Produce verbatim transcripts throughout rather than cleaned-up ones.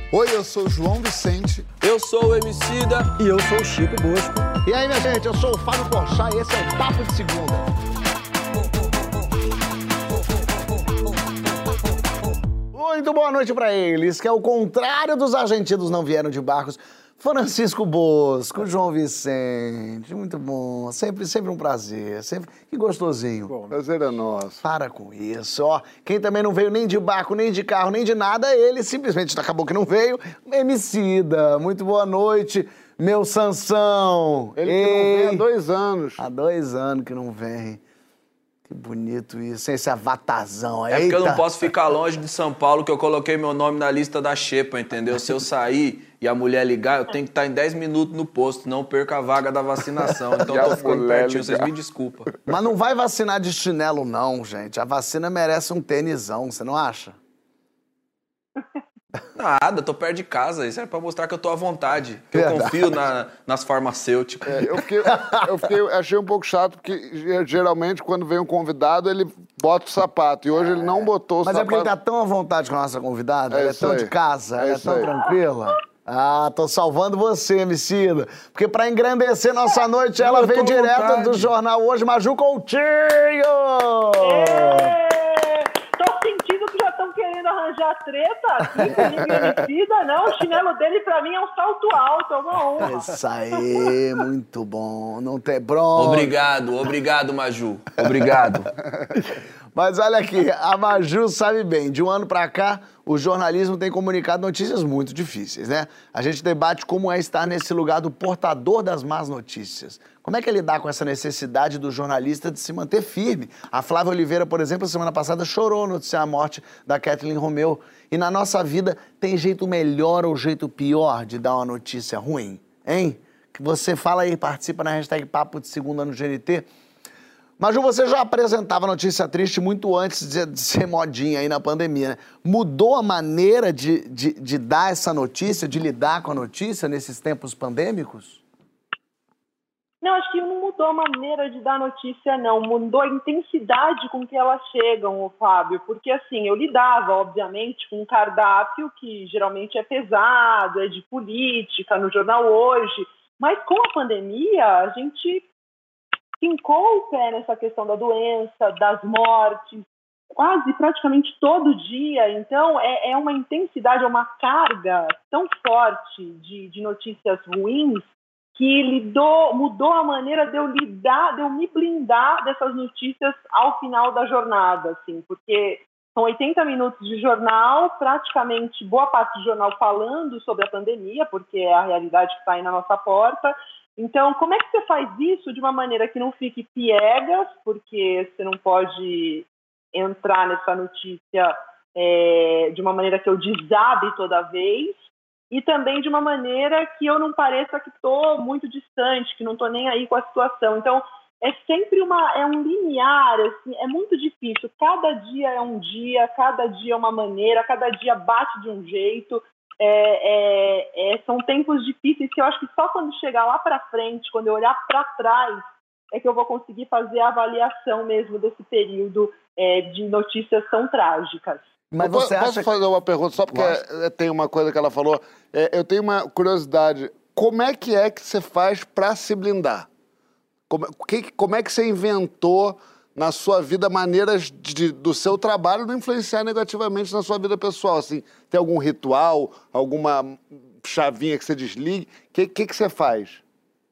Oi, eu sou o João Vicente. Eu sou o Emicida. E eu sou o Chico Bosco. E aí, minha gente, eu sou o Fábio Porchat e esse é o Papo de Segunda. Muito boa noite pra eles, que é o contrário dos argentinos não vieram de barcos. Francisco Bosco, João Vicente, muito bom, sempre, sempre um prazer, sempre, que gostosinho. Bom, prazer é nosso. Para com isso, ó, quem também não veio nem de barco, nem de carro, nem de nada, ele simplesmente acabou que não veio, Emicida, muito boa noite, meu Sansão. Ele que não vem há dois anos. Há dois anos que não vem. Que bonito isso, esse avatarzão aí. É porque eu não posso ficar longe de São Paulo, que eu coloquei meu nome na lista da xepa, entendeu? Se eu sair e a mulher ligar, eu tenho que estar em dez minutos no posto, não perca a vaga da vacinação. Então eu tô ficando pertinho, vocês me desculpam. Mas não vai vacinar de chinelo não, gente. A vacina merece um tênisão, você não acha? Nada, tô perto de casa, isso é pra mostrar que eu tô à vontade, que eu Verdade. confio na, nas farmacêuticas. É, eu, fiquei, eu fiquei, achei um pouco chato, porque geralmente quando vem um convidado, ele bota o sapato, e hoje ele não botou o Mas sapato. é porque ele tá tão à vontade com a nossa convidada, É ela é isso tão aí. de casa, É ela é isso tão aí. tranquila. Ah, tô salvando você, Emicida. Porque pra engrandecer nossa noite, ela Eu veio tô à direto vontade. do jornal Hoje, Maju Coutinho! Ê, tô sentindo que já estão querendo arranjar treta aqui comigo e Emicida, não. O chinelo dele pra mim é um salto alto, é uma honra. Isso aí, muito bom. Não tem bronca. Obrigado, obrigado, Maju. Obrigado. Mas olha aqui, a Maju sabe bem, de um ano pra cá, o jornalismo tem comunicado notícias muito difíceis, né? A gente debate como é estar nesse lugar do portador das más notícias. Como é que é lidar com essa necessidade do jornalista de se manter firme? A Flávia Oliveira, por exemplo, semana passada chorou no noticiar a morte da Kathleen Romeu. E na nossa vida, tem jeito melhor ou jeito pior de dar uma notícia ruim? Hein? Que você fala aí, participa na hashtag Papo de Segunda no G N T. Maju, você já apresentava notícia triste muito antes de, de ser modinha aí na pandemia, né? Mudou a maneira de, de, de dar essa notícia, de lidar com a notícia nesses tempos pandêmicos? Não, acho que não mudou a maneira de dar notícia, não. Mudou a intensidade com que elas chegam, ô Fábio. Porque, assim, eu lidava, obviamente, com um cardápio que geralmente é pesado, é de política, no Jornal Hoje. Mas com a pandemia, a gente fincou o pé nessa questão da doença, das mortes, quase praticamente todo dia. Então, é, é uma intensidade, é uma carga tão forte de, de notícias ruins que lidou, mudou a maneira de eu lidar, de eu me blindar dessas notícias ao final da jornada, assim, porque são oitenta minutos de jornal, praticamente boa parte do jornal falando sobre a pandemia, porque é a realidade que está aí na nossa porta. Então, como é que você faz isso de uma maneira que não fique piegas, porque você não pode entrar nessa notícia é, de uma maneira que eu desabe toda vez, e também de uma maneira que eu não pareça que estou muito distante, que não estou nem aí com a situação. Então, é sempre uma, é um linear, assim, é muito difícil. Cada dia é um dia, cada dia é uma maneira, cada dia bate de um jeito. É, é, é, são tempos difíceis que eu acho que só quando chegar lá para frente, quando eu olhar para trás, é que eu vou conseguir fazer a avaliação mesmo desse período é, de notícias tão trágicas. Mas Eu você posso acha... fazer uma pergunta, só porque Lógico. tem uma coisa que ela falou. É, eu tenho uma curiosidade. Como é que é que você faz para se blindar? Como, que, como é que você inventou na sua vida maneiras de, do seu trabalho não influenciar negativamente na sua vida pessoal? Assim, tem algum ritual, alguma chavinha que você desligue? O que, que, que você faz?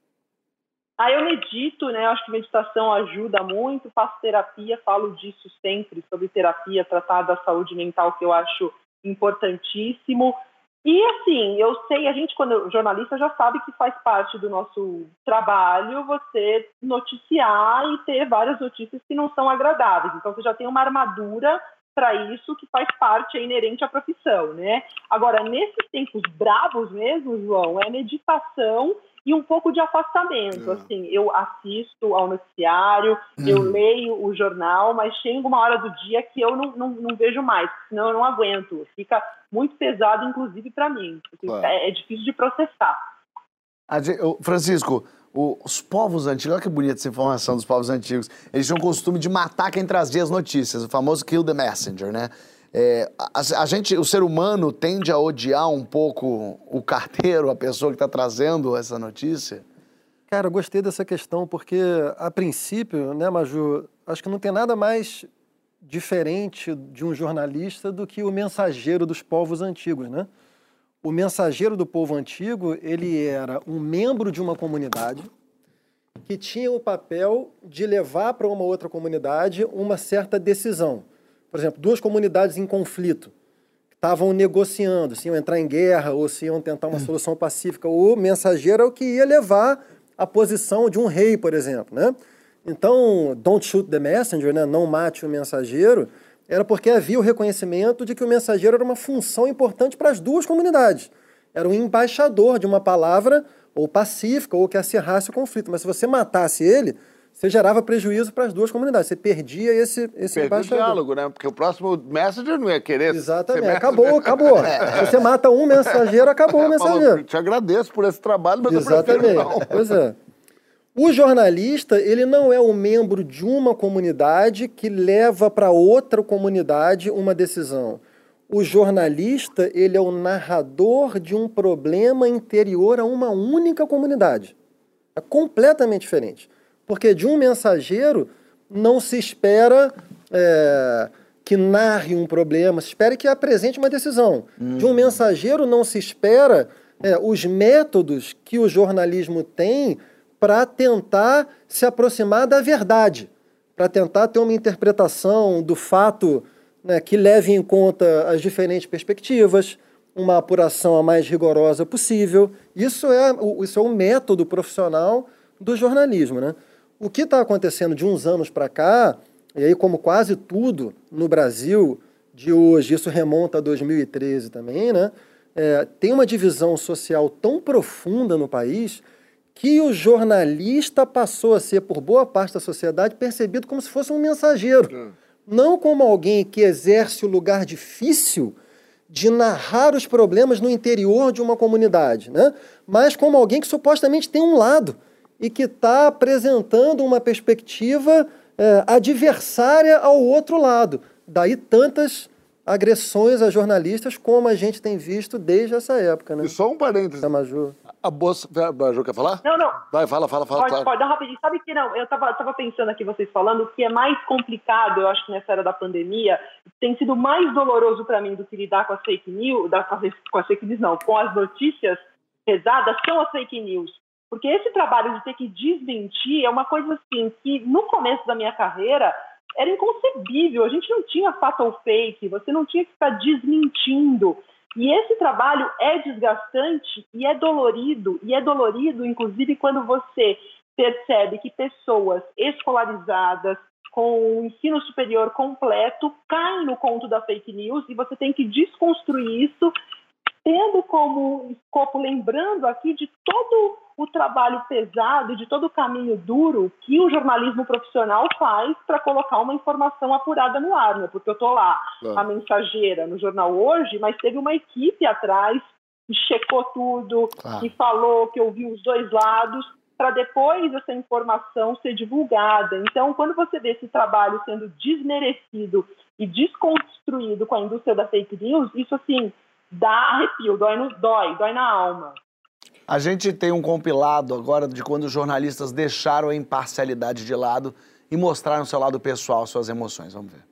Ah, eu medito, né? Eu acho que meditação ajuda muito, faço terapia, falo disso sempre, sobre terapia, tratar da saúde mental, que eu acho importantíssimo. E, assim, eu sei, a gente, quando jornalista, já sabe que faz parte do nosso trabalho você noticiar e ter várias notícias que não são agradáveis. Então, você já tem uma armadura para isso que faz parte, é inerente à profissão, né? Agora, nesses tempos bravos mesmo, João, é meditação e um pouco de afastamento. É. Assim, eu assisto ao noticiário, Hum. eu leio o jornal, mas chega uma hora do dia que eu não, não, não vejo mais, senão eu não aguento. Fica muito pesado, inclusive, para mim. Claro. É, é difícil de processar. A gente- ô, Francisco, o- os povos antigos, olha que bonita essa informação dos povos antigos, eles tinham o costume de matar quem trazia as notícias, o famoso kill the messenger, né? É, a, a gente, o ser humano tende a odiar um pouco o carteiro, a pessoa que está trazendo essa notícia? Cara, eu gostei dessa questão porque, a princípio, né, Maju, acho que não tem nada mais diferente de um jornalista do que o mensageiro dos povos antigos, né? O mensageiro do povo antigo, ele era um membro de uma comunidade que tinha o papel de levar para uma outra comunidade uma certa decisão. Por exemplo, duas comunidades em conflito, que estavam negociando, se iam entrar em guerra ou se iam tentar uma solução pacífica. O mensageiro é o que ia levar a posição de um rei, por exemplo, né? Então, don't shoot the messenger, né? Não mate o mensageiro, era porque havia o reconhecimento de que o mensageiro era uma função importante para as duas comunidades. Era um embaixador de uma palavra ou pacífica ou que acirrasse o conflito. Mas se você matasse ele, você gerava prejuízo para as duas comunidades. Você perdia esse, esse Perde embaixador. o diálogo, né? Porque o próximo messenger não ia querer. Exatamente. Acabou, acabou. Se você mata um mensageiro, acabou o mensageiro. Eu te agradeço por esse trabalho, mas Exatamente. eu prefiro não. Pois é. O jornalista, ele não é um membro de uma comunidade que leva para outra comunidade uma decisão. O jornalista, ele é o narrador de um problema interior a uma única comunidade. É completamente diferente. Porque de um mensageiro não se espera é, que narre um problema, se espera que apresente uma decisão. Hum. De um mensageiro não se espera é, os métodos que o jornalismo tem para tentar se aproximar da verdade, para tentar ter uma interpretação do fato, né, que leve em conta as diferentes perspectivas, uma apuração a mais rigorosa possível. Isso é, isso é o método profissional do jornalismo, né? O que está acontecendo de uns anos para cá, e aí como quase tudo no Brasil de hoje, isso remonta a dois mil e treze também, né? É, tem uma divisão social tão profunda no país que o jornalista passou a ser, por boa parte da sociedade, percebido como se fosse um mensageiro. Hum. Não como alguém que exerce o lugar difícil de narrar os problemas no interior de uma comunidade, né? Mas como alguém que supostamente tem um lado e que está apresentando uma perspectiva é, adversária ao outro lado. Daí tantas agressões a jornalistas como a gente tem visto desde essa época, né? E só um parênteses. A Maju. A Bolsa... A Maju quer falar? Não, não. Vai, fala, fala, fala. Pode, claro. pode dar rapidinho. Sabe que não, eu tava, tava pensando aqui, vocês falando, o que é mais complicado, eu acho que nessa era da pandemia, tem sido mais doloroso para mim do que lidar com as fake news, da, com as fake news não, com as notícias pesadas, são as fake news. Porque esse trabalho de ter que desmentir é uma coisa assim que no começo da minha carreira era inconcebível. A gente não tinha fato ou fake, você não tinha que ficar desmentindo. E esse trabalho é desgastante e é dolorido, e é dolorido inclusive quando você percebe que pessoas escolarizadas, com o ensino superior completo, caem no conto da fake news e você tem que desconstruir isso, tendo como escopo, lembrando aqui de todo o trabalho pesado, de todo o caminho duro que o jornalismo profissional faz para colocar uma informação apurada no ar, né? Porque eu estou lá, é. a mensageira, no Jornal Hoje, mas teve uma equipe atrás que checou tudo, ah. que falou, que ouviu os dois lados, para depois essa informação ser divulgada. Então, quando você vê esse trabalho sendo desmerecido e desconstruído com a indústria da fake news, isso, assim, dá arrepio, dói, no, dói, dói na alma. A gente tem um compilado agora de quando os jornalistas deixaram a imparcialidade de lado e mostraram seu lado pessoal, suas emoções. Vamos ver.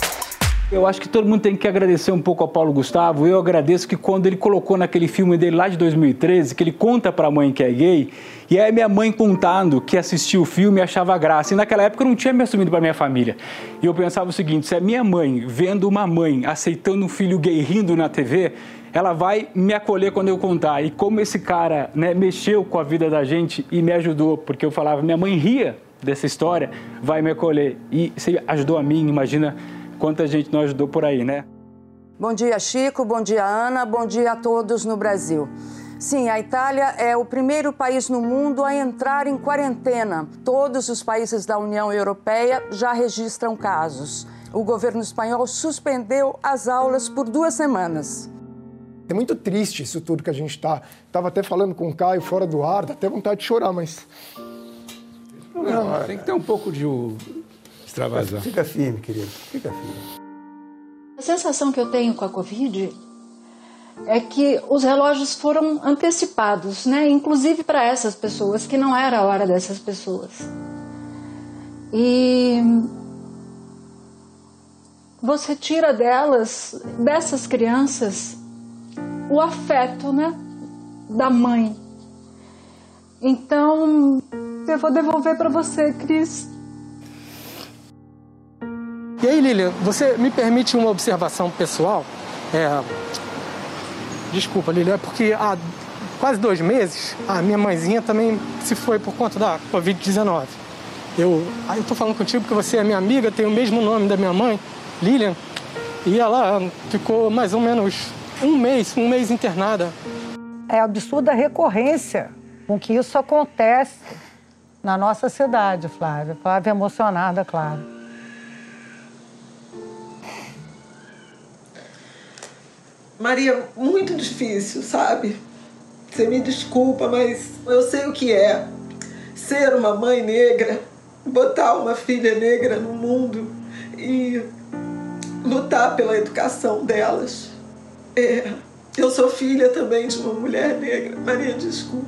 Eu acho que todo mundo tem que agradecer um pouco ao Paulo Gustavo. Eu agradeço que quando ele colocou naquele filme dele lá de dois mil e treze, que ele conta pra mãe que é gay, e aí minha mãe contando que assistiu o filme e achava graça. E naquela época eu não tinha me assumido pra minha família. E eu pensava o seguinte, se a minha mãe, vendo uma mãe aceitando um filho gay rindo na T V, ela vai me acolher quando eu contar. E como esse cara, né, mexeu com a vida da gente e me ajudou, porque eu falava, minha mãe ria dessa história, vai me acolher. E você ajudou a mim, imagina quanta gente não ajudou por aí, né? Bom dia, Chico. Bom dia, Ana. Bom dia a todos no Brasil. Sim, a Itália é o primeiro país no mundo a entrar em quarentena. Todos os países da União Europeia já registram casos. O governo espanhol suspendeu as aulas por duas semanas. É muito triste isso tudo que a gente tá. Tava até falando com o Caio fora do ar, dá até vontade de chorar, mas... Não, não, tem que ter um pouco de extravasar. Fica firme, querido. Fica firme. A sensação que eu tenho com a Covid é que os relógios foram antecipados, né? Inclusive para essas pessoas, que não era a hora dessas pessoas. E você tira delas, dessas crianças, o afeto, né? Da mãe. Então, eu vou devolver para você, Cris. E aí, Lilian, você me permite uma observação pessoal? É... Desculpa, Lilian, é porque há quase dois meses a minha mãezinha também se foi por conta da covid dezenove. Eu ah, estou falando contigo porque você é minha amiga, tem o mesmo nome da minha mãe, Lilian, e ela ficou mais ou menos um mês, um mês internada. É absurda a recorrência com que isso acontece na nossa cidade, Flávia. Flávia emocionada, claro. Maria, muito difícil, sabe? Você me desculpa, mas eu sei o que é ser uma mãe negra, botar uma filha negra no mundo e lutar pela educação delas. É, eu sou filha também de uma mulher negra. Maria, desculpa.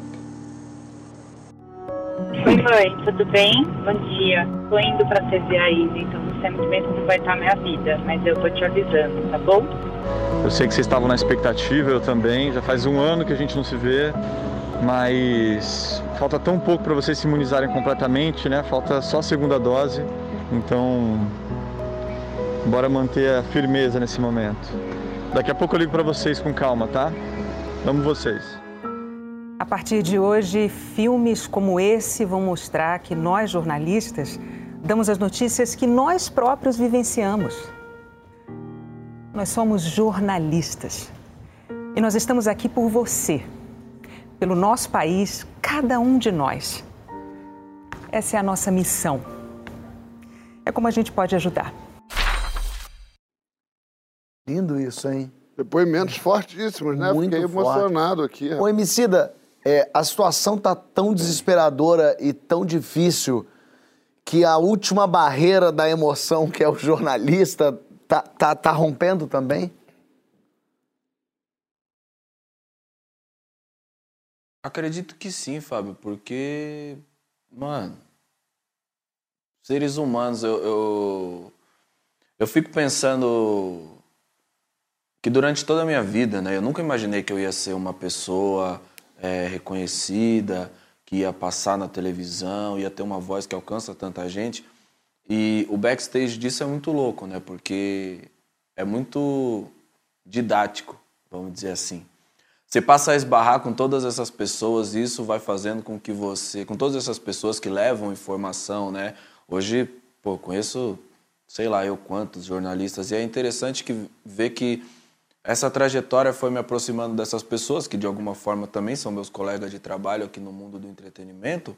Oi, mãe, tudo bem? Bom dia. Tô indo pra T V ainda, então não sei muito bem como vai estar a minha vida, mas eu tô te avisando, tá bom? Eu sei que vocês estavam na expectativa, eu também. Já faz um ano que a gente não se vê, mas falta tão pouco para vocês se imunizarem completamente, né? Falta só a segunda dose, então bora manter a firmeza nesse momento. Daqui a pouco eu ligo para vocês com calma, tá? Amo vocês. A partir de hoje, filmes como esse vão mostrar que nós, jornalistas, damos as notícias que nós próprios vivenciamos. Nós somos jornalistas e nós estamos aqui por você, pelo nosso país, cada um de nós. Essa é a nossa missão. É como a gente pode ajudar. Lindo isso, hein? Depoimentos fortíssimos, né? Muito Fiquei emocionado forte. aqui. Ô, Emicida, é, a situação tá tão desesperadora e tão difícil que a última barreira da emoção, que é o jornalista, tá, tá, tá rompendo também? Acredito que sim, Fábio, porque, mano, seres humanos, eu, eu, eu fico pensando que durante toda a minha vida, né, eu nunca imaginei que eu ia ser uma pessoa é, reconhecida, que ia passar na televisão, ia ter uma voz que alcança tanta gente. E o backstage disso é muito louco, né, porque é muito didático, vamos dizer assim. Você passa a esbarrar com todas essas pessoas e isso vai fazendo com que você... Com todas essas pessoas que levam informação, né? Hoje, pô, conheço, sei lá eu quantos jornalistas. E é interessante que, ver que essa trajetória foi me aproximando dessas pessoas, que de alguma forma também são meus colegas de trabalho aqui no mundo do entretenimento.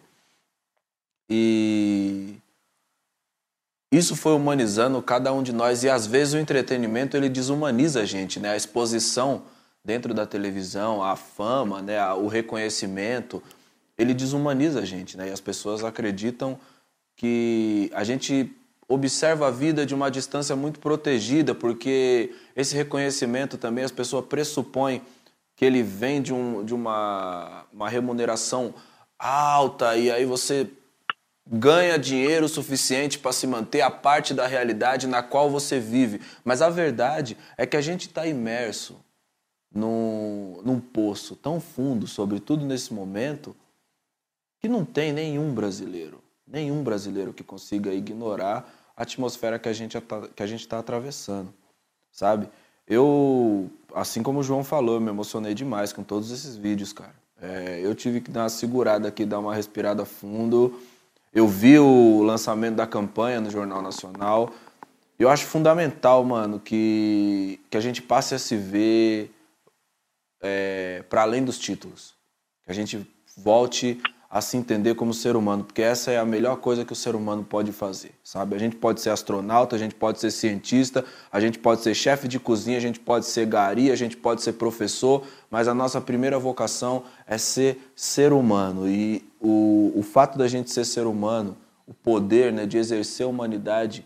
E isso foi humanizando cada um de nós. E às vezes o entretenimento, ele desumaniza a gente, né? A exposição dentro da televisão, a fama, né, o reconhecimento, ele desumaniza a gente, né? E as pessoas acreditam que a gente observa a vida de uma distância muito protegida, porque esse reconhecimento também as pessoas pressupõem que ele vem de, um, de uma, uma remuneração alta e aí você ganha dinheiro suficiente para se manter a parte da realidade na qual você vive. Mas a verdade é que a gente está imerso Num, num poço tão fundo, sobretudo nesse momento, que não tem nenhum brasileiro, nenhum brasileiro que consiga ignorar a atmosfera que a gente que a gente está atravessando, sabe? Eu, assim como o João falou, eu me emocionei demais com todos esses vídeos, cara. É, eu tive que dar uma segurada aqui, dar uma respirada fundo. Eu vi o lançamento da campanha no Jornal Nacional. Eu acho fundamental, mano, que, que a gente passe a se ver É, para além dos títulos, que a gente volte a se entender como ser humano, porque essa é a melhor coisa que o ser humano pode fazer, sabe? A gente pode ser astronauta, a gente pode ser cientista, a gente pode ser chefe de cozinha, a gente pode ser gari, a gente pode ser professor, mas a nossa primeira vocação é ser ser humano. E o, o fato da gente ser ser humano, o poder, né, de exercer a humanidade,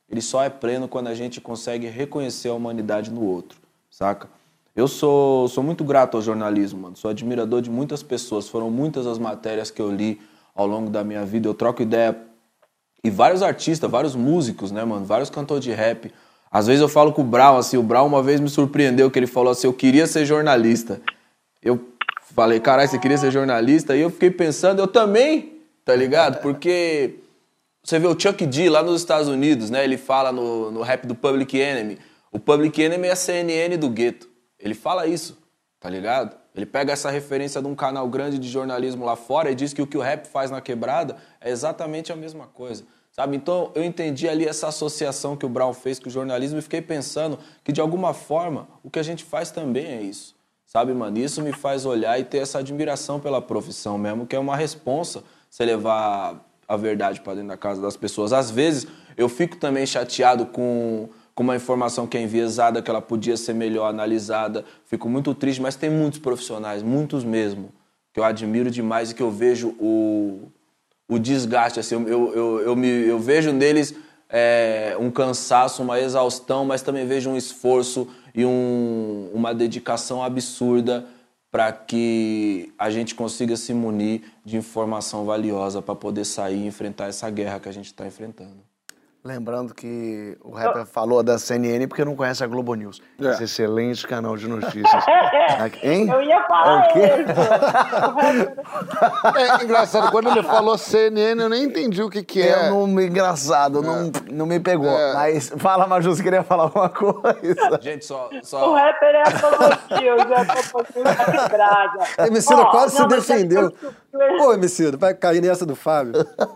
ele só é pleno quando a gente consegue reconhecer a humanidade no outro, saca? Eu sou, sou muito grato ao jornalismo, mano. Sou admirador de muitas pessoas. Foram muitas as matérias que eu li ao longo da minha vida. Eu troco ideia. E vários artistas, vários músicos, né, mano? Vários cantores de rap. Às vezes eu falo com o Brown, assim, o Brown uma vez me surpreendeu, que ele falou assim, eu queria ser jornalista. Eu falei, caralho, você queria ser jornalista? E eu fiquei pensando, eu também, tá ligado? Porque você vê o Chuck D lá nos Estados Unidos, né? Ele fala no, no rap do Public Enemy. O Public Enemy é a C N N do gueto. Ele fala isso, tá ligado? Ele pega essa referência de um canal grande de jornalismo lá fora e diz que o que o rap faz na quebrada é exatamente a mesma coisa, sabe? Então eu entendi ali essa associação que o Brown fez com o jornalismo e fiquei pensando que de alguma forma o que a gente faz também é isso, sabe, mano? Isso me faz olhar e ter essa admiração pela profissão mesmo, que é uma responsa você levar a verdade para dentro da casa das pessoas. Às vezes eu fico também chateado com... com uma informação que é enviesada, que ela podia ser melhor analisada. Fico muito triste, mas tem muitos profissionais, muitos mesmo, que eu admiro demais e que eu vejo o, o desgaste. Assim, eu, eu, eu, me, eu vejo neles é, um cansaço, uma exaustão, mas também vejo um esforço e um, uma dedicação absurda para que a gente consiga se munir de informação valiosa para poder sair e enfrentar essa guerra que a gente está enfrentando. Lembrando que o rapper falou da C N N porque não conhece a Globo News. É. Esse excelente canal de notícias. Hein? Eu ia falar é o quê? É engraçado, quando ele falou C N N, eu nem entendi o que que é. Eu não, engraçado, é. não, não me pegou. É. Mas fala, Maju, você queria falar alguma coisa? Gente, só... só... O rapper é a Globo News, é a Globo News da quebrada. Emicida oh, quase não, se defendeu. Pô, Emicida, vai cair nessa do Fábio.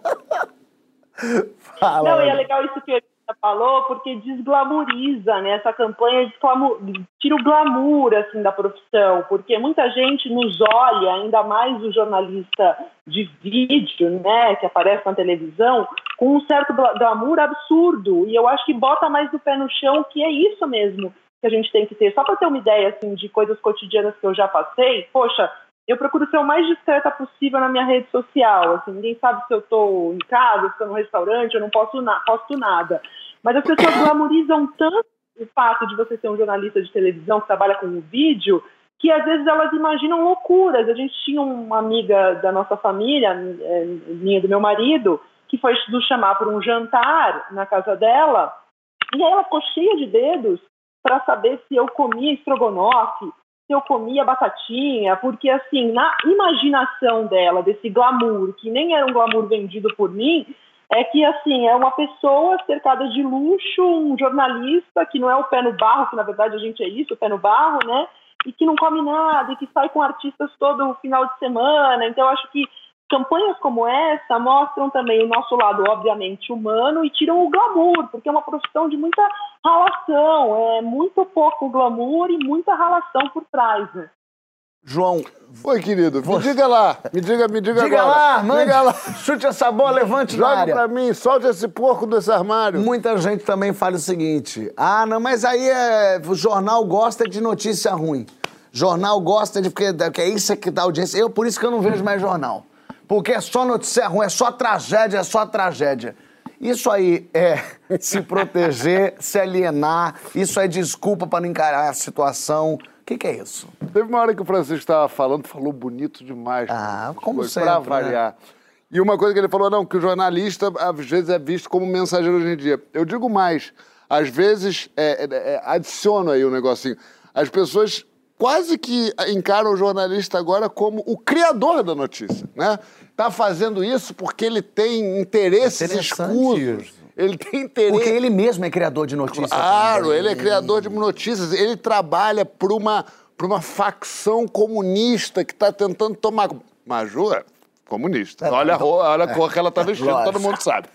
Fala, não, e é legal isso que ele falou, porque desglamoriza, né? Essa campanha tira o glamour, assim, da profissão, porque muita gente nos olha, ainda mais o jornalista de vídeo, né, que aparece na televisão, com um certo glamour absurdo, e eu acho que bota mais o pé no chão, que é isso mesmo que a gente tem que ter. Só para ter uma ideia, assim, de coisas cotidianas que eu já passei, poxa, eu procuro ser o mais discreta possível na minha rede social. Assim, ninguém sabe se eu estou em casa, se estou no restaurante, eu não posto, na, posto nada. Mas as pessoas glamorizam tanto o fato de você ser um jornalista de televisão que trabalha com vídeo, que às vezes elas imaginam loucuras. A gente tinha uma amiga da nossa família, minha e do meu marido, que foi nos chamar para um jantar na casa dela, e aí ela ficou cheia de dedos para saber se eu comia estrogonofe, se eu comia batatinha, porque assim, na imaginação dela, desse glamour, que nem era um glamour vendido por mim, é que assim, é uma pessoa cercada de luxo, um jornalista que não é o pé no barro, que na verdade a gente é isso, o pé no barro, né, e que não come nada, e que sai com artistas todo final de semana. Então eu acho que campanhas como essa mostram também o nosso lado, obviamente, humano, e tiram o glamour, porque é uma profissão de muita ralação, é muito pouco glamour e muita ralação por trás, né? João. Oi, querido. Me Você... diga lá. Me diga, me diga, diga agora. Lá, mande, diga lá. Chute essa bola, levante na área. Joga pra mim, solte esse porco desse armário. Muita gente também fala o seguinte, ah, não, mas aí é... o jornal gosta de notícia ruim. Jornal gosta de... porque é isso que dá audiência. Eu, por isso que eu não vejo mais jornal. Porque é só notícia ruim, é só tragédia, é só tragédia. Isso aí é se proteger, se alienar, isso é desculpa para não encarar a situação. O que, que é isso? Teve uma hora que o Francisco estava falando, falou bonito demais. Ah, como sempre, pra variar. Né? E uma coisa que ele falou, não, que o jornalista às vezes é visto como mensageiro hoje em dia. Eu digo mais, às vezes, é, é, adiciono aí um negocinho, as pessoas quase que encaram o jornalista agora como o criador da notícia, né? Tá fazendo isso porque ele tem interesses escusos. Ele tem interesse... Porque ele mesmo é criador de notícias. Claro, também. Ele é criador de notícias. Ele trabalha por uma, por uma facção comunista que está tentando tomar... Maju é comunista. Olha, olha a cor que ela tá vestindo, Lógico. Todo mundo sabe.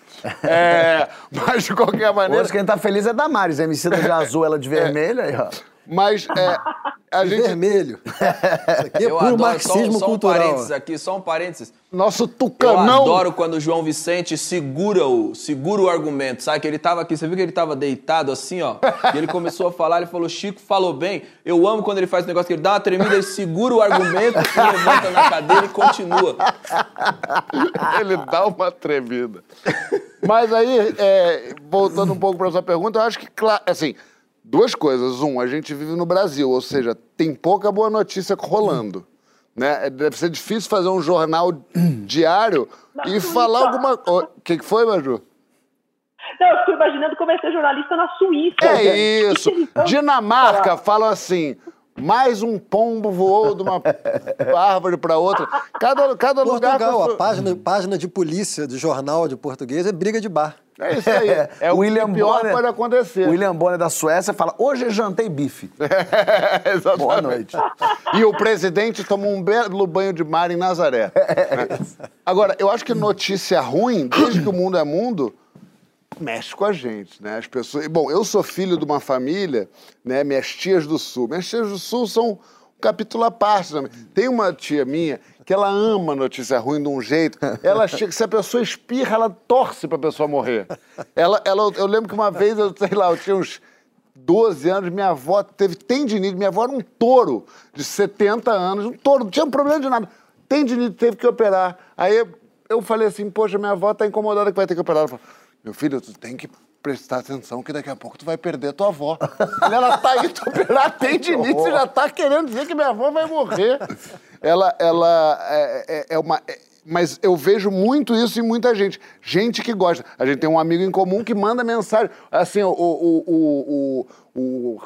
É, mas, de qualquer maneira... Hoje quem tá feliz é Damares. A Emicida de azul, ela de vermelho. Aí, ó. Mas é, a gente... Vermelho. Isso aqui é eu puro adoro, marxismo só, só cultural. um parênteses aqui, só um parênteses. Nosso tucanão... Eu adoro quando o João Vicente segura o, segura o argumento, sabe? Que ele tava aqui, você viu que ele tava deitado assim, ó? E ele começou a falar, ele falou, Chico falou bem. Eu amo quando ele faz esse negócio que ele dá uma tremida, ele segura o argumento, se levanta na cadeira e continua. Ele dá uma tremida. Mas aí, é, voltando um pouco para sua pergunta, eu acho que, claro, assim, duas coisas. Um, a gente vive no Brasil, ou seja, tem pouca boa notícia rolando. Né? Deve ser difícil fazer um jornal diário Na e Suíça. falar alguma coisa. O que, que foi, Maju? Não, eu fico imaginando como é ser jornalista na Suíça. É gente. isso. Dinamarca fala assim, mais um pombo voou de uma árvore para outra. Cada, cada lugar... Portugal, com a página, página de polícia, de jornal de português, é briga de bar. É isso aí. É o William que pior Bonner, pode acontecer. O William Bonner da Suécia fala, hoje eu jantei bife. É, exatamente. Boa noite. E o presidente tomou um belo banho de mar em Nazaré. É. Agora, eu acho que notícia ruim, desde que o mundo é mundo, mexe com a gente, né? As pessoas... Bom, eu sou filho de uma família, né? Minhas tias do Sul. Minhas tias do Sul são um capítulo à parte também. Tem uma tia minha que ela ama notícia ruim de um jeito. Ela chega, se a pessoa espirra, ela torce pra pessoa morrer. Ela, ela, eu lembro que uma vez, eu sei lá, eu tinha uns doze anos, minha avó teve tendinite. Minha avó era um touro de setenta anos, um touro, não tinha problema de nada. Tendinite, teve que operar. Aí eu, eu falei assim, poxa, minha avó tá incomodada que vai ter que operar. Ela falou, meu filho, tu tem que prestar atenção que daqui a pouco tu vai perder tua avó. Ela tá aí, tu operar tendinite, você já tá querendo dizer que minha avó vai morrer. Ela, ela é, é, é uma... É, mas eu vejo muito isso em muita gente. Gente que gosta. A gente tem um amigo em comum que manda mensagem. Assim, o... o, o, o, o,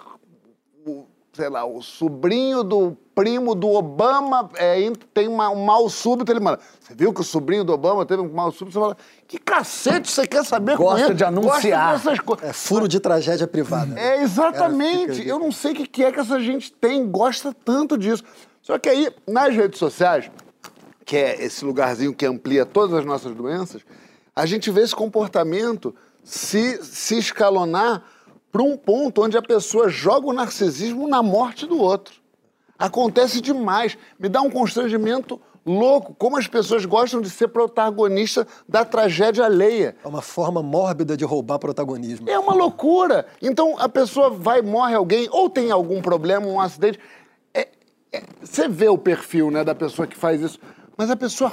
o sei lá, o sobrinho do primo do Obama é, tem uma, um mal súbito, ele manda. Você viu que o sobrinho do Obama teve um mal súbito? Você fala, que cacete você quer saber com Gosta ele? de anunciar. Gosta dessas coisas. É furo de tragédia privada. É, exatamente. fica- Eu não sei o que que é que essa gente tem, gosta tanto disso. Só que aí, nas redes sociais, que é esse lugarzinho que amplia todas as nossas doenças, a gente vê esse comportamento se, se escalonar para um ponto onde a pessoa joga o narcisismo na morte do outro. Acontece demais. Me dá um constrangimento louco. Como as pessoas gostam de ser protagonista da tragédia alheia. É uma forma mórbida de roubar protagonismo. É uma loucura. Então, a pessoa vai, morre alguém, ou tem algum problema, um acidente. É, é, você vê o perfil, né, da pessoa que faz isso, mas a pessoa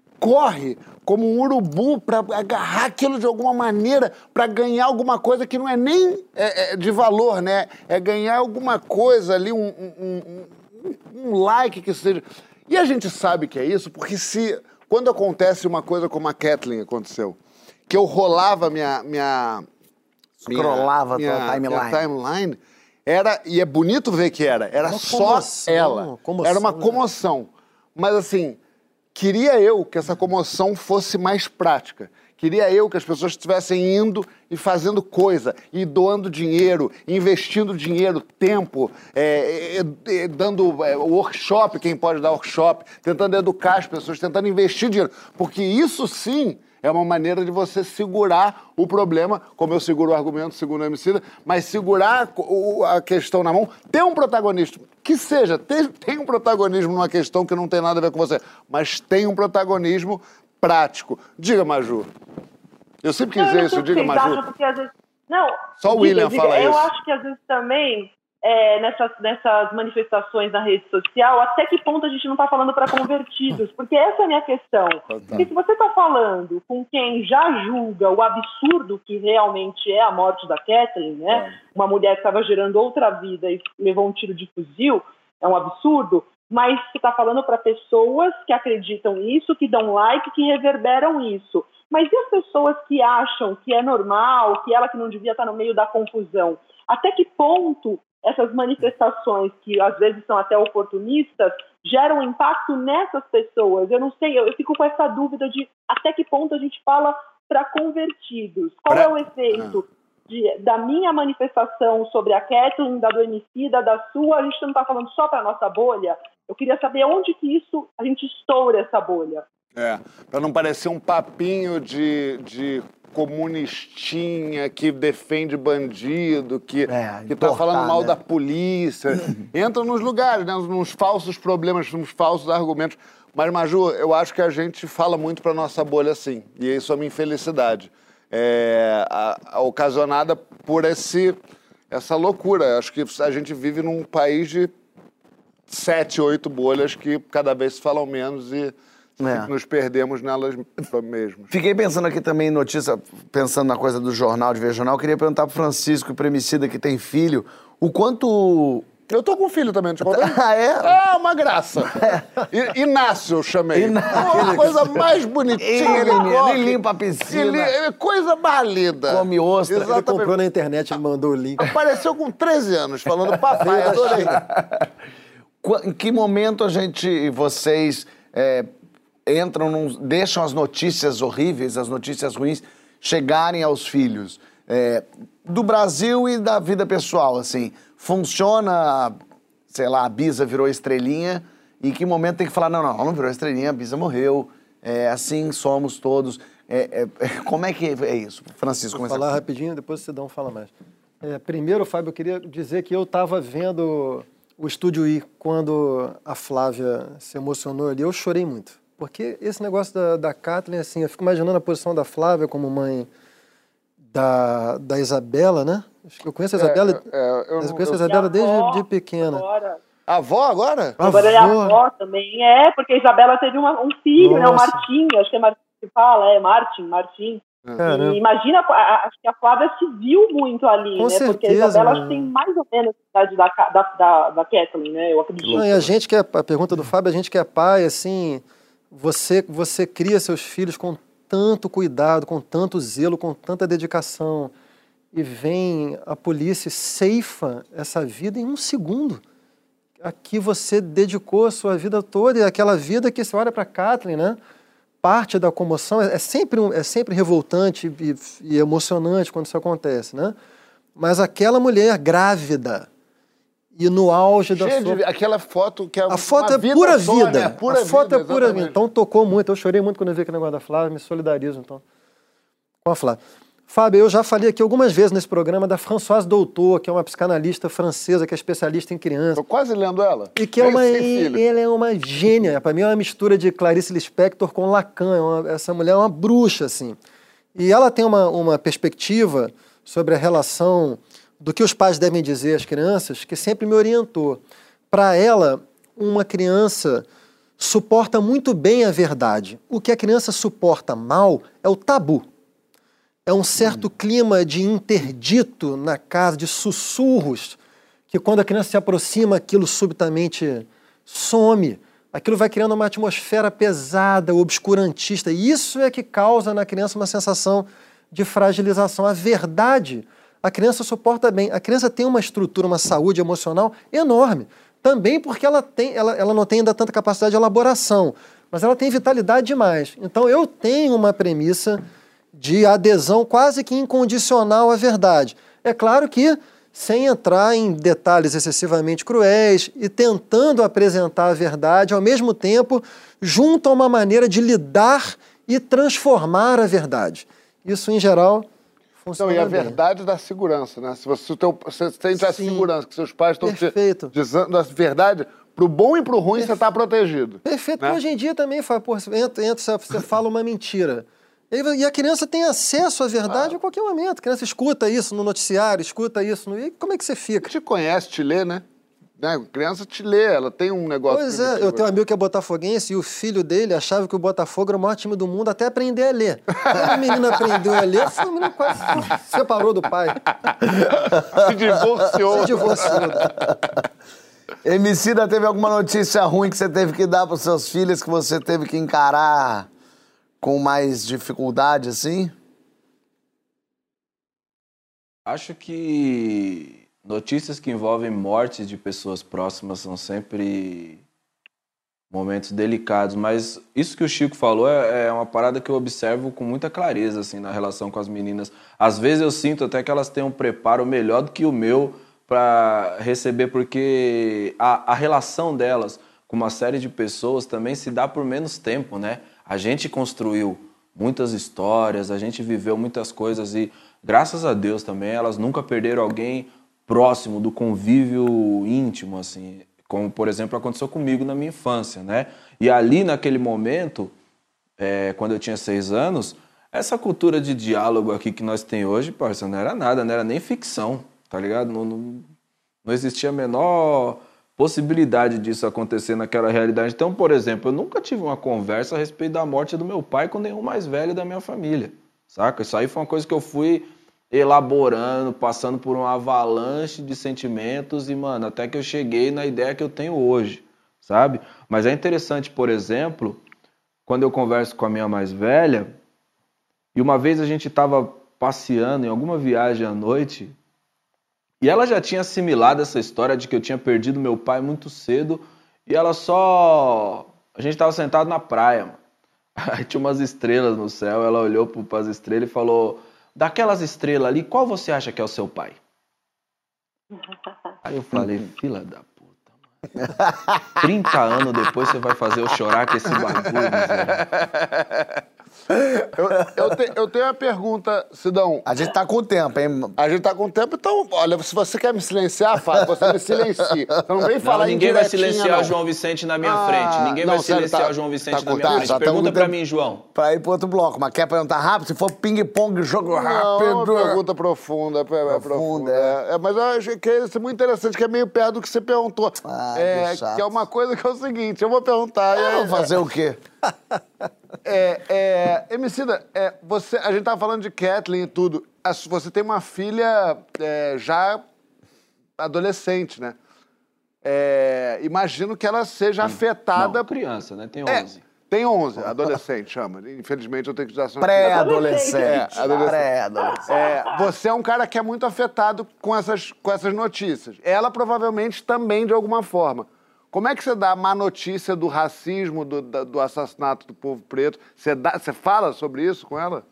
corre como um urubu para agarrar aquilo de alguma maneira, para ganhar alguma coisa que não é nem é, é, de valor, né? É ganhar alguma coisa ali, um, um, um, um like que seja. E a gente sabe que é isso, porque se quando acontece uma coisa como a Kathleen aconteceu, que eu rolava minha... minha Scrollava minha, a tua timeline. minha timeline, era, e é bonito ver que era, era Uma só comoção, ela. comoção, Era uma né? comoção. Mas assim, queria eu que essa comoção fosse mais prática. Queria eu que as pessoas estivessem indo e fazendo coisa, e doando dinheiro, investindo dinheiro, tempo, é, é, é, dando é, workshop, quem pode dar workshop, tentando educar as pessoas, tentando investir dinheiro. Porque isso sim é uma maneira de você segurar o problema, como eu seguro o argumento, segundo o Emicida, mas segurar a questão na mão, ter um protagonista, que seja, tem, tem um protagonismo numa questão que não tem nada a ver com você, mas tem um protagonismo prático. Diga, Maju. Eu sempre quis dizer isso, diga, Maju. Acham, porque às vezes... Não, só o diga, William diga, fala eu isso. Eu acho que às vezes também, é, nessas, nessas manifestações na rede social, até que ponto a gente não está falando para convertidos? Porque essa é a minha questão. Porque se você está falando com quem já julga o absurdo que realmente é a morte da Kathleen, né? É. Uma mulher que estava gerando outra vida e levou um tiro de fuzil, é um absurdo, mas você está falando para pessoas que acreditam nisso, que dão like, que reverberam isso. Mas e as pessoas que acham que é normal, que ela que não devia estar no meio da confusão? Até que ponto essas manifestações, que às vezes são até oportunistas, geram impacto nessas pessoas? Eu não sei, eu, eu fico com essa dúvida de até que ponto a gente fala para convertidos. Qual pra... é o efeito de, da minha manifestação sobre a Kathleen, da do Emicida, da sua? A gente não está falando só para a nossa bolha. Eu queria saber onde que isso, a gente estoura essa bolha. É, para não parecer um papinho de, de comunistinha que defende bandido, que, é, que tá falando mal, né, da polícia. Entra nos lugares, né, nos falsos problemas, nos falsos argumentos. Mas, Maju, eu acho que a gente fala muito para nossa bolha assim, e isso é a minha infelicidade. É, a, a, ocasionada por esse, essa loucura. Acho que a gente vive num país de sete, oito bolhas que cada vez se falam menos e É. Nos perdemos nelas mesmas. Fiquei pensando aqui também em notícia, pensando na coisa do jornal, de ver jornal, eu queria perguntar pro Francisco, Premicida, que tem filho, o quanto... Eu tô com filho também, te contei? Ah, é? Ah, uma graça. É. Inácio eu chamei. Inácio. Uma coisa mais bonitinha. Ele, Ele, ele limpa a piscina. Ele, coisa mais linda. Come ostra. Exatamente. Ele comprou na internet e mandou o link. Apareceu com treze anos, falando papai, adorei. Em que momento a gente, vocês é, entram, num, deixam as notícias horríveis, as notícias ruins, chegarem aos filhos? É, do Brasil e da vida pessoal, assim. Funciona, sei lá, a Bisa virou estrelinha, e em que momento tem que falar, não, não, não virou estrelinha, a Bisa morreu, é, assim somos todos. É, é, como é que é isso? Francisco, Vou começa. falar rapidinho, depois o Sidão fala mais. É, primeiro, Fábio, eu queria dizer que eu estava vendo o Estúdio I quando a Flávia se emocionou ali, eu chorei muito. Porque esse negócio da, da Kathleen, assim, eu fico imaginando a posição da Flávia como mãe da, da Isabela, né? Acho que eu conheço a Isabela, É, é, eu, eu conheço a eu, Isabela avó, desde de pequena. Agora. A avó agora? Agora é a avó também, é, porque a Isabela teve uma, um filho, Nossa. né, o Martim, acho que é Martim que fala, é Martim, Martim. Caramba. E imagina, a- acho que a Flávia se viu muito ali, Com né, porque a certeza, Isabela mano. acho que tem mais ou menos a idade da, Ca- da, da, da Kathleen, né, eu acredito. Não, e a gente que é, a pergunta do Fábio, a gente que é pai, assim, você, você cria seus filhos com tanto cuidado, com tanto zelo, com tanta dedicação, e vem a polícia e ceifa essa vida em um segundo. Aqui você dedicou a sua vida toda, e aquela vida que você olha para a Kathleen, né? Parte da comoção, é, é, sempre, um, é sempre revoltante e, e emocionante quando isso acontece, né? Mas aquela mulher grávida, e no auge da Cheio sua... de, aquela foto que é A foto uma é vida pura só, vida. né? Pura a foto vida, é pura vida. exatamente. Então tocou muito. Eu chorei muito quando eu vi aquele negócio da Flávia. Me solidarizo, então, com a Flávia. Fábio, eu já falei aqui algumas vezes nesse programa da Françoise Doutor, que é uma psicanalista francesa, que é especialista em criança. Tô quase lendo ela. E que é uma, Esse filho. ela é uma gênia. Para mim é uma mistura de Clarice Lispector com Lacan. É uma, essa mulher é uma bruxa, assim. E ela tem uma, uma perspectiva sobre a relação do que os pais devem dizer às crianças, que sempre me orientou. Para ela, uma criança suporta muito bem a verdade. O que a criança suporta mal é o tabu. É um certo hum. clima de interdito na casa, de sussurros, que quando a criança se aproxima, aquilo subitamente some. Aquilo vai criando uma atmosfera pesada, obscurantista. E isso é que causa na criança uma sensação de fragilização. A verdade, a criança suporta bem. A criança tem uma estrutura, uma saúde emocional enorme. Também porque ela, tem, ela, ela não tem ainda tanta capacidade de elaboração, mas ela tem vitalidade demais. Então eu tenho uma premissa de adesão quase que incondicional à verdade. É claro que sem entrar em detalhes excessivamente cruéis e tentando apresentar a verdade, ao mesmo tempo, junto a uma maneira de lidar e transformar a verdade. Isso, em geral, funciona Então, e a bem. verdade da segurança, né? Se você, o teu, você sente a Sim. segurança que seus pais estão te Perfeito. dizendo a verdade, pro bom e pro ruim Perfe- você está protegido. Perfeito. né? Hoje em dia também, fala, pô, você, entra, entra, você- você fala uma mentira. E a criança tem acesso à verdade Ah. a qualquer momento. A criança escuta isso no noticiário, escuta isso. No... E como é que você fica? Te conhece, te lê, né? né? A criança te lê, ela tem um negócio... Pois é, primitivo. eu tenho um amigo que é botafoguense e o filho dele achava que o Botafogo era o maior time do mundo até aprender a ler. Quando o menino aprendeu a ler, o menino quase se separou do pai. Se divorciou. Se divorciou. Emicida, teve alguma notícia ruim que você teve que dar para os seus filhos, que você teve que encarar com mais dificuldade, assim? Acho que notícias que envolvem mortes de pessoas próximas são sempre momentos delicados, mas isso que o Chico falou é, é uma parada que eu observo com muita clareza, assim, na relação com as meninas. Às vezes eu sinto até que elas têm um preparo melhor do que o meu para receber, porque a, a relação delas com uma série de pessoas também se dá por menos tempo, né? A gente construiu muitas histórias, a gente viveu muitas coisas e, graças a Deus também, elas nunca perderam alguém próximo do convívio íntimo, assim, como, por exemplo, aconteceu comigo na minha infância, né? E ali, naquele momento, é, quando eu tinha seis anos, essa cultura de diálogo aqui que nós tem hoje, parceiro, não era nada, não era nem ficção, tá ligado? Não, não, não existia a menor possibilidade disso acontecer naquela realidade. Então, por exemplo, eu nunca tive uma conversa a respeito da morte do meu pai com nenhum mais velho da minha família, saca? Isso aí foi uma coisa que eu fui elaborando, passando por uma avalanche de sentimentos e, mano, até que eu cheguei na ideia que eu tenho hoje, sabe? Mas é interessante, por exemplo, quando eu converso com a minha mais velha, e uma vez a gente estava passeando em alguma viagem à noite, e ela já tinha assimilado essa história de que eu tinha perdido meu pai muito cedo, e ela só... A gente estava sentado na praia, mano. Aí tinha umas estrelas no céu, ela olhou para as estrelas e falou... Daquelas estrelas ali, qual você acha que é o seu pai? Aí eu falei, fila da puta, mano. trinta anos depois você vai fazer eu chorar com esse bagulho, miséria. Eu, eu, te, eu tenho uma pergunta, Sidão. A gente tá com tempo, hein? A gente tá com tempo, então, olha, se você quer me silenciar, Fábio, você me silencia. Você não vem falar não, ninguém vai silenciar não. o João Vicente na minha ah, frente. Ninguém não, vai silenciar tá, o João Vicente tá na minha frente. Tá, Pergunta pra tempo mim, João. Pra ir pro outro bloco, mas quer perguntar rápido? Se for ping-pong, jogo não, rápido. É uma pergunta profunda. profunda, é profunda é. É, mas eu achei que isso é muito interessante, que é meio perto do que você perguntou. Ah, é, que chato. Que é uma coisa que é o seguinte, eu vou perguntar... Eu é, vou fazer o quê? É, é, Emicida, é, você, a gente tava falando de Kathleen e tudo. Você tem uma filha é, já adolescente, né? É, imagino que ela seja Sim. afetada... Não, criança, né? Tem É, onze. tem onze, adolescente, chama. Infelizmente eu tenho que usar... Pré-adolescente. É, adolescente. Pré-adolescente. É, você é um cara que é muito afetado com essas, com essas notícias. Ela provavelmente também, de alguma forma. Como é que você dá a má notícia do racismo, do, do assassinato do povo preto? Você, dá, você fala sobre isso com ela?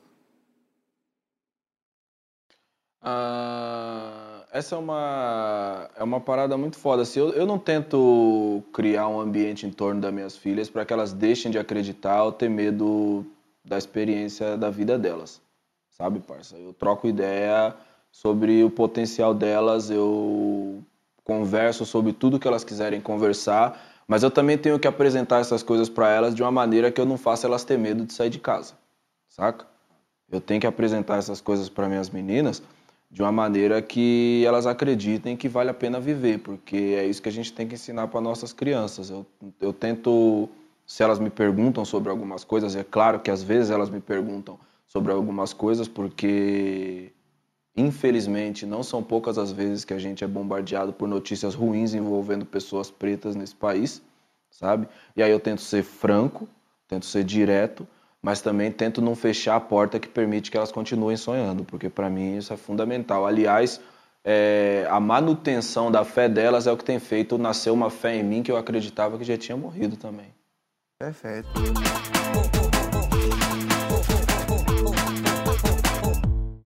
Ah, essa é uma, é uma parada muito foda. Assim, eu, eu não tento criar um ambiente em torno das minhas filhas para que elas deixem de acreditar ou ter medo da experiência da vida delas. Sabe, parça? Eu troco ideia sobre o potencial delas, eu... converso sobre tudo que elas quiserem conversar, mas eu também tenho que apresentar essas coisas para elas de uma maneira que eu não faça elas ter medo de sair de casa, saca? Eu tenho que apresentar essas coisas para minhas meninas de uma maneira que elas acreditem que vale a pena viver, porque é isso que a gente tem que ensinar para nossas crianças. Eu, eu tento, se elas me perguntam sobre algumas coisas, é claro que às vezes elas me perguntam sobre algumas coisas, porque... Infelizmente, não são poucas as vezes que a gente é bombardeado por notícias ruins envolvendo pessoas pretas nesse país, sabe? E aí eu tento ser franco, tento ser direto, mas também tento não fechar a porta que permite que elas continuem sonhando, porque para mim isso é fundamental. Aliás, é, a manutenção da fé delas é o que tem feito nascer uma fé em mim que eu acreditava que já tinha morrido também. Perfeito.